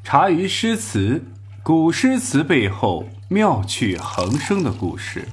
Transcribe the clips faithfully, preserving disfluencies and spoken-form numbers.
茶余诗词，古诗词背后妙趣横生的故事。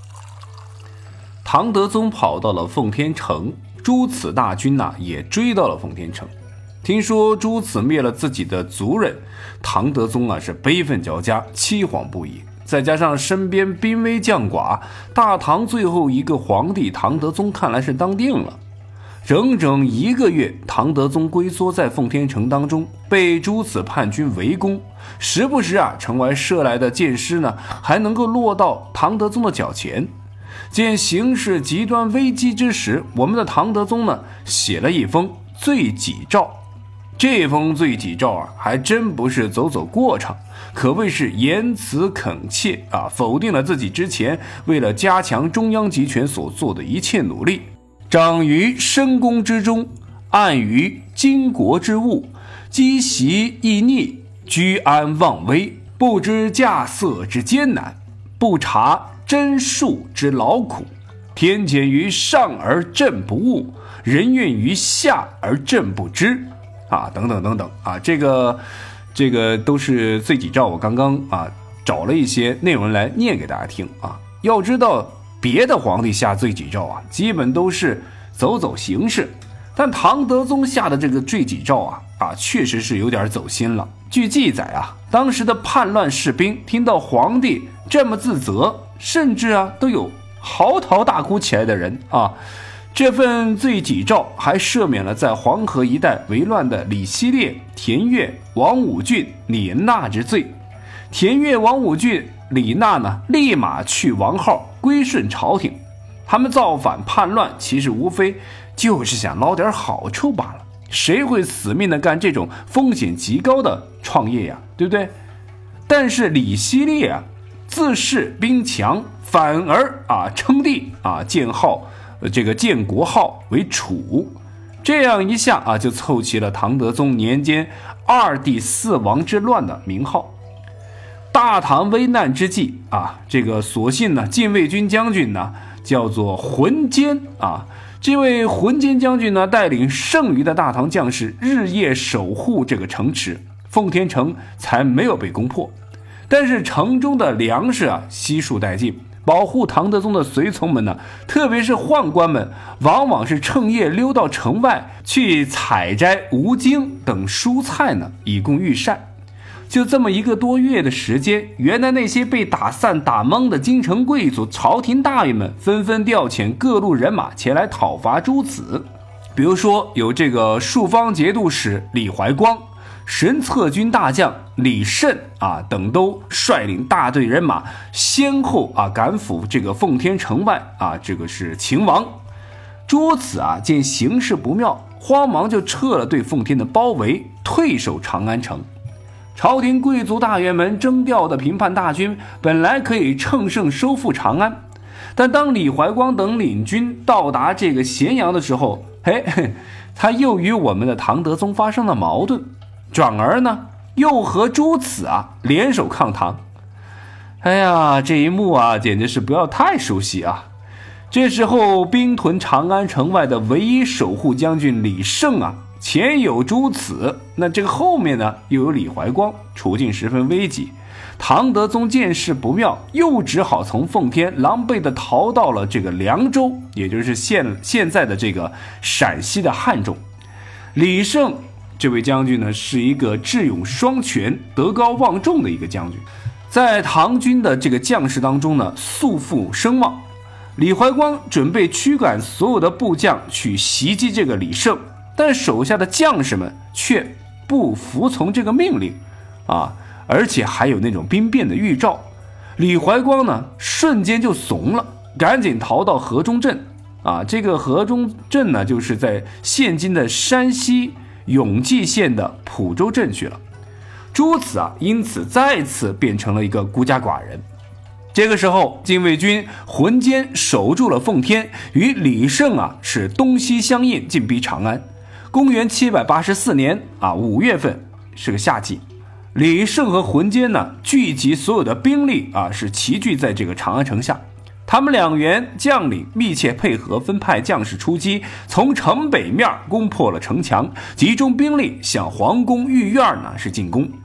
唐德宗跑到了奉天城，朱此大军啊也追到了奉天城。听说朱此灭了自己的族人，唐德宗啊是悲愤交加，凄惶不已。再加上身边兵微将寡，大唐最后一个皇帝唐德宗看来是当定了。整整一个月，唐德宗龟缩在奉天城当中，被朱此叛军围攻，时不时啊，城外射来的箭矢呢，还能够落到唐德宗的脚前。见形势极端危机之时，我们的唐德宗呢，写了一封罪己诏。这封罪己诏啊，还真不是走走过场，可谓是言辞恳切啊，否定了自己之前为了加强中央集权所做的一切努力。长于深宫之中，暗于经国之务，积习易逆，居安忘危，不知稼穑之艰难，不察真术之劳苦，天谴于上而朕不悟，人怨于下而朕不知啊，等等等等啊，这个这个都是罪己诏，我刚刚啊找了一些内容来念给大家听啊。要知道别的皇帝下罪己诏啊，基本都是走走形式，但唐德宗下的这个罪己诏啊啊，确实是有点走心了。据记载啊，当时的叛乱士兵听到皇帝这么自责，甚至啊都有嚎啕大哭起来的人啊。这份罪己诏还赦免了在黄河一带为乱的李希烈、田悦、王武俊、李纳之罪。田悦、王武俊、李纳呢，立马去王号，归顺朝廷。他们造反叛乱，其实无非就是想捞点好处罢了。谁会死命的干这种风险极高的创业呀，对不对？但是李希烈啊，自恃兵强，反而啊称帝啊，建号这个建国号为楚。这样一下啊，就凑齐了唐德宗年间二帝四王之乱的名号。大唐危难之际啊，这个所幸呢，禁卫军将军呢叫做浑坚啊。这位浑坚将军呢，带领剩余的大唐将士日夜守护这个城池，奉天城才没有被攻破。但是城中的粮食啊悉数殆尽，保护唐德宗的随从们呢，特别是宦官们，往往是趁夜溜到城外去采摘无荆等蔬菜呢，以供御膳。就这么一个多月的时间，原来那些被打散打懵的京城贵族、朝廷大员们纷纷调遣各路人马前来讨伐朱此。比如说有这个树方节度使李怀光、神策军大将李慎啊等，都率领大队人马先后啊赶赴这个奉天城外啊，这个是秦王。朱此啊见形势不妙，慌忙就撤了对奉天的包围，退守长安城。朝廷贵族大员们征调的平叛大军本来可以乘胜收复长安，但当李怀光等领军到达这个咸阳的时候，嘿，他又与我们的唐德宗发生了矛盾，转而呢又和朱此啊联手抗唐。哎呀，这一幕啊简直是不要太熟悉啊。这时候兵屯长安城外的唯一守护将军李胜啊，前有朱此，那这个后面呢又有李怀光，处境十分危急。唐德宗见势不妙，又只好从奉天狼狈地逃到了这个凉州，也就是现现在的这个陕西的汉中。李胜这位将军呢，是一个智勇双全、德高望重的一个将军，在唐军的这个将士当中呢，素负声望。李怀光准备驱赶所有的部将去袭击这个李胜，但手下的将士们却不服从这个命令啊，而且还有那种兵变的预兆。李怀光呢，瞬间就怂了，赶紧逃到河中镇啊。这个河中镇呢，就是在现今的山西永济县的蒲州镇去了。朱此啊，因此再次变成了一个孤家寡人。这个时候，禁卫军浑坚守住了奉天，与李胜啊是东西相应，进逼长安。公元七百八十四年啊五月份，是个夏季，李胜和浑坚呢聚集所有的兵力啊，是齐聚在这个长安城下。他们两员将领密切配合，分派将士出击，从城北面攻破了城墙，集中兵力向皇宫御院呢是进攻。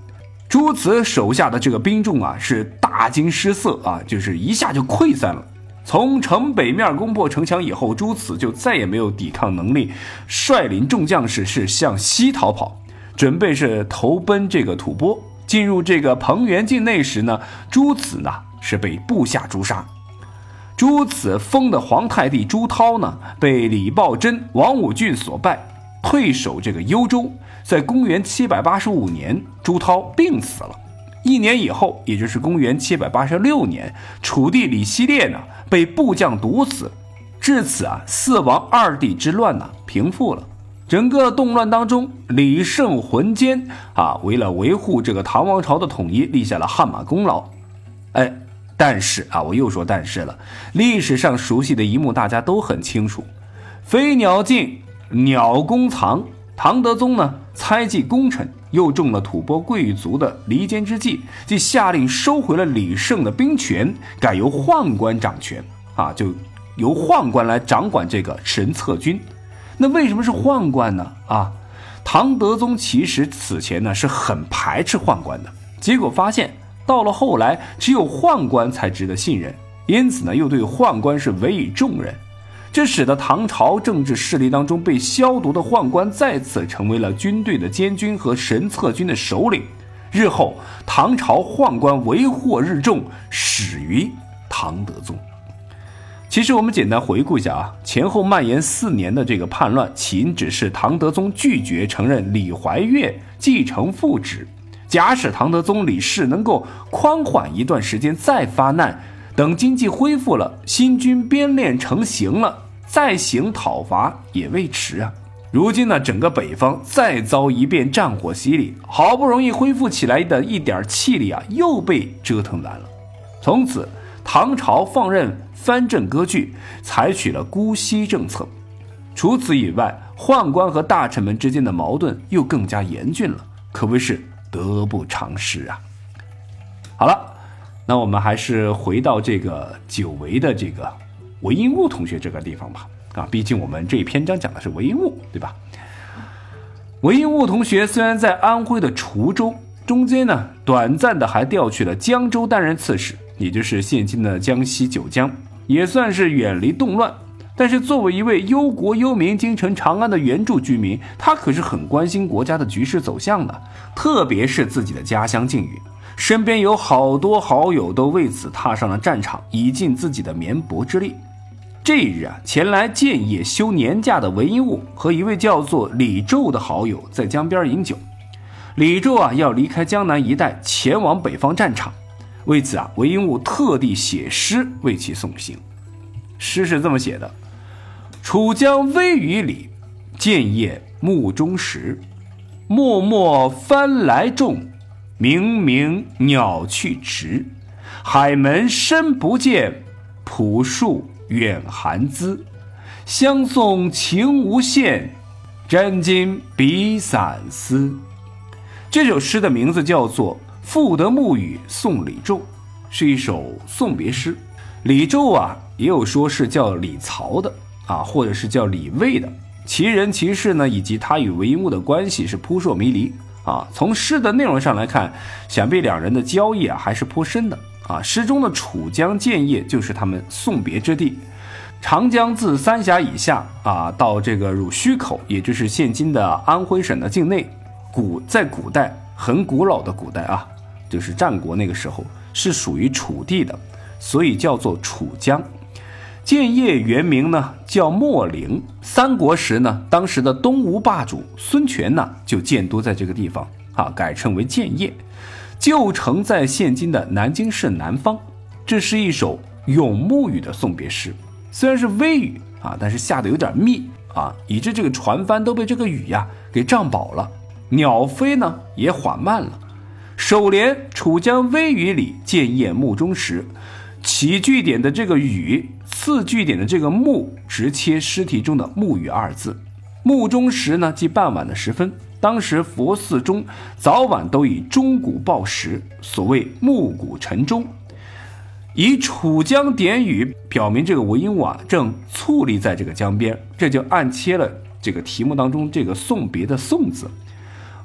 朱慈手下的这个兵众啊是大惊失色啊，就是一下就溃散了。从城北面攻破城墙以后，朱慈就再也没有抵抗能力，率领众将士是向西逃跑，准备是投奔这个吐蕃。进入这个彭原境内时呢，朱慈呢是被部下诛杀。朱慈封的皇太帝朱涛呢，被李抱真、王武俊所败，退守这个幽州。在公元七百八十五年，朱涛病死了。一年以后，也就是公元七百八十六年，楚帝李希烈呢被部将毒死。至此啊，四王二帝之乱呢平复了。整个动乱当中，李胜浑坚啊，为了维护这个唐王朝的统一，立下了汗马功劳。哎，但是啊，我又说但是了，历史上熟悉的一幕大家都很清楚，飞鸟尽，鸟弓藏。唐德宗呢猜忌功臣，又中了吐蕃贵族的离间之计，即下令收回了李胜的兵权，改由宦官掌权啊，就由宦官来掌管这个神策军。那为什么是宦官呢？啊，唐德宗其实此前呢是很排斥宦官的，结果发现到了后来，只有宦官才值得信任，因此呢又对宦官是委以重任。这使得唐朝政治势力当中被消毒的宦官再次成为了军队的监军和神策军的首领。日后唐朝宦官为祸日重，始于唐德宗。其实我们简单回顾一下啊，前后蔓延四年的这个叛乱，起因只是唐德宗拒绝承认李怀岳继承父职。假使唐德宗李氏能够宽缓一段时间再发难，等经济恢复了，新军编练成型了，再行讨伐也未迟啊。如今呢，整个北方再遭一遍战火洗礼，好不容易恢复起来的一点气力啊，又被折腾完了。从此，唐朝放任藩镇割据，采取了姑息政策。除此以外，宦官和大臣们之间的矛盾又更加严峻了，可谓是得不偿失啊。好了。那我们还是回到这个久违的这个韦应物同学这个地方吧，啊，毕竟我们这一篇章讲的是韦应物，对吧？韦应物同学虽然在安徽的滁州，中间呢短暂的还调去了江州担任刺史，也就是现今的江西九江，也算是远离动乱。但是作为一位忧国忧民、京城长安的原住居民，他可是很关心国家的局势走向的，特别是自己的家乡境遇。身边有好多好友都为此踏上了战场，以尽自己的绵薄之力。这一日啊，前来建业休年假的韦应物和一位叫做李胄的好友在江边饮酒。李胄啊要离开江南一带前往北方战场，为此啊，韦应物特地写诗为其送行。诗是这么写的：楚江微雨里，建业暮中时。漠漠帆来重，明明鸟去迟。海门深不见，朴树远寒滋。相送情无限，沾襟笔散丝。这首诗的名字叫做《赋得暮雨送李胄》，是一首送别诗。李胄啊，也有说是叫李曹的啊，或者是叫李卫的。其人其事呢，以及他与韦应物的关系是扑朔迷离啊。从诗的内容上来看，想必两人的交易啊还是颇深的啊。诗中的楚江建业就是他们送别之地。长江自三峡以下啊，到这个汝须口，也就是现今的安徽省的境内，古在古代很古老的古代啊，就是战国那个时候是属于楚地的，所以叫做楚江。建业原名呢叫秣陵，三国时呢，当时的东吴霸主孙权呢就建都在这个地方啊，改称为建业。旧城在现今的南京市南方。这是一首咏暮雨的送别诗，虽然是微雨啊，但是下的有点密啊，以致这个船帆都被这个雨呀给胀饱了，鸟飞呢也缓慢了。首联楚江微雨里，建业暮中时，起句点的这个雨，次句点的这个暮，直切诗题中的暮雨二字。暮中时呢，即傍晚的时分。当时佛寺中早晚都以钟鼓报时，所谓暮鼓晨钟。以楚江点雨，表明这个韦应物啊正矗立在这个江边，这就暗切了这个题目当中这个送别的送字。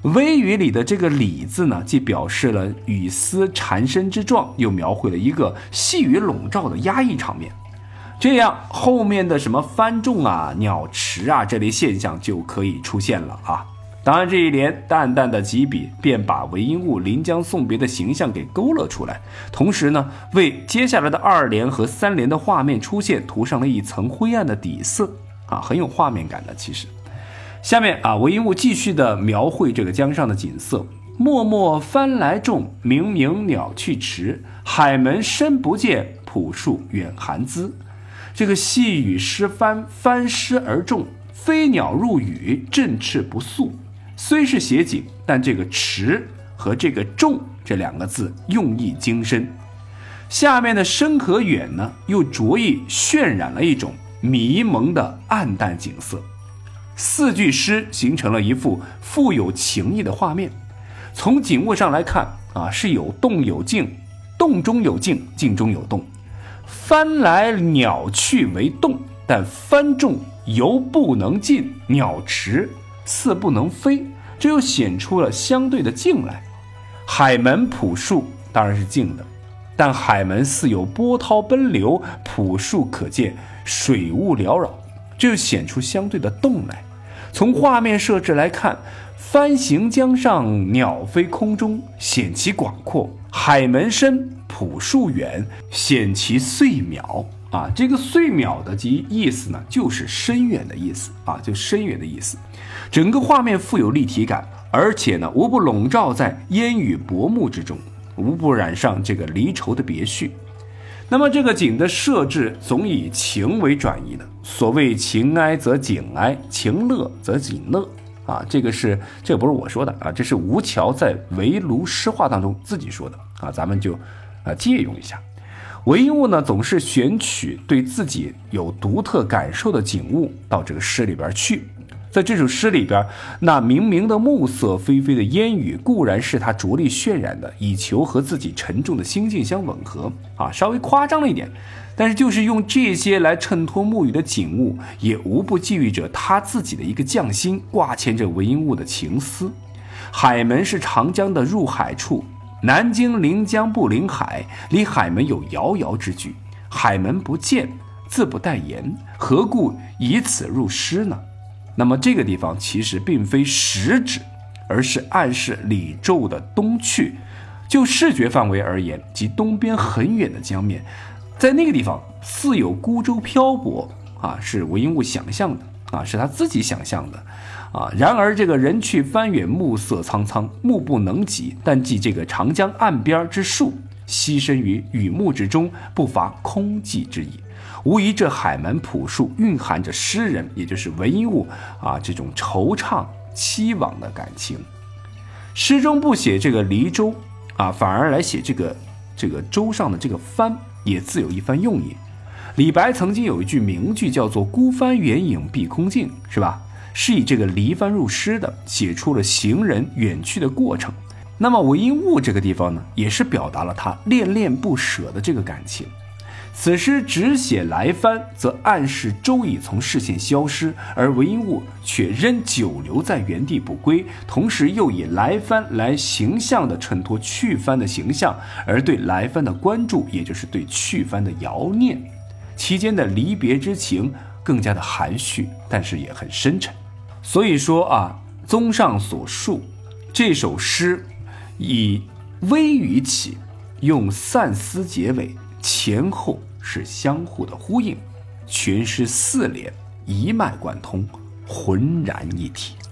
微语里的这个李字呢，既表示了雨丝缠身之状，又描绘了一个细雨笼罩的压抑场面。这样后面的什么翻众啊、鸟池啊这类现象就可以出现了啊。当然这一联淡淡的几笔便把韦应物临江送别的形象给勾勒出来，同时呢为接下来的二联和三联的画面出现涂上了一层灰暗的底色啊，很有画面感的。其实下面啊，韦应物继续的描绘这个江上的景色。漠漠帆来众，明明鸟去迟，海门深不见，朴树远寒姿。这个细雨湿帆，帆湿而众，飞鸟入雨，振翅不速。虽是写景，但这个迟和这个重这两个字用意精深。下面的深和远呢，又着意渲染了一种迷蒙的暗淡景色。四句诗形成了一幅富有情意的画面。从景物上来看啊，是有动有静，动中有静，静中有动。帆来鸟去为动，但帆重犹不能进，鸟迟似不能飞，这又显出了相对的静来。海门朴树当然是静的，但海门似有波涛奔流，朴树可见水雾缭绕，这又显出相对的动来。从画面设置来看，帆行江上，鸟飞空中，显其广阔；海门深，朴树远，显其邃渺。啊，这个邃渺的意思呢，就是深远的意思啊，就深远的意思。整个画面富有立体感，而且呢，无不笼罩在烟雨薄暮之中，无不染上这个离愁的别绪。那么这个景的设置总以情为转移的，所谓情哀则景哀，情乐则景乐啊，这个是这个不是我说的啊，这是吴桥在《围炉诗话》当中自己说的啊，咱们就啊借用一下。韦应物呢，总是选取对自己有独特感受的景物到这个诗里边去。在这首诗里边，那明明的暮色，霏霏的烟雨，固然是他着力渲染的，以求和自己沉重的心境相吻合啊，稍微夸张了一点，但是就是用这些来衬托暮雨的景物，也无不寄予着他自己的一个匠心，挂牵着韦应物的情思。海门是长江的入海处，南京临江不临海，离海门有遥遥之距，海门不见，自不待言，何故以此入诗呢？那么这个地方其实并非实指，而是暗示李胄的东去。就视觉范围而言，即东边很远的江面，在那个地方似有孤舟漂泊啊，是韦应物想象的啊，是他自己想象的啊。然而这个人去帆远，暮色苍苍，目不能及，但即这个长江岸边之树，栖身于雨幕之中，不乏空寂之意。无疑这海门朴树蕴含着诗人，也就是韦应物啊这种惆怅凄惘的感情。诗中不写这个离舟啊，反而来写这个这个舟上的这个帆，也自有一番用意。李白曾经有一句名句叫做孤帆远影碧空尽，是吧？是以这个离帆入诗的，写出了行人远去的过程。那么韦应物这个地方呢，也是表达了他恋恋不舍的这个感情。此诗只写来帆，则暗示舟已从视线消失，而韦应物却仍久留在原地不归，同时又以来帆来形象地衬托去帆的形象，而对来帆的关注，也就是对去帆的遥念，其间的离别之情更加的含蓄，但是也很深沉。所以说啊，综上所述，这首诗以微语起，用散思结尾，前后是相互的呼应，全诗四联一脉贯通，浑然一体。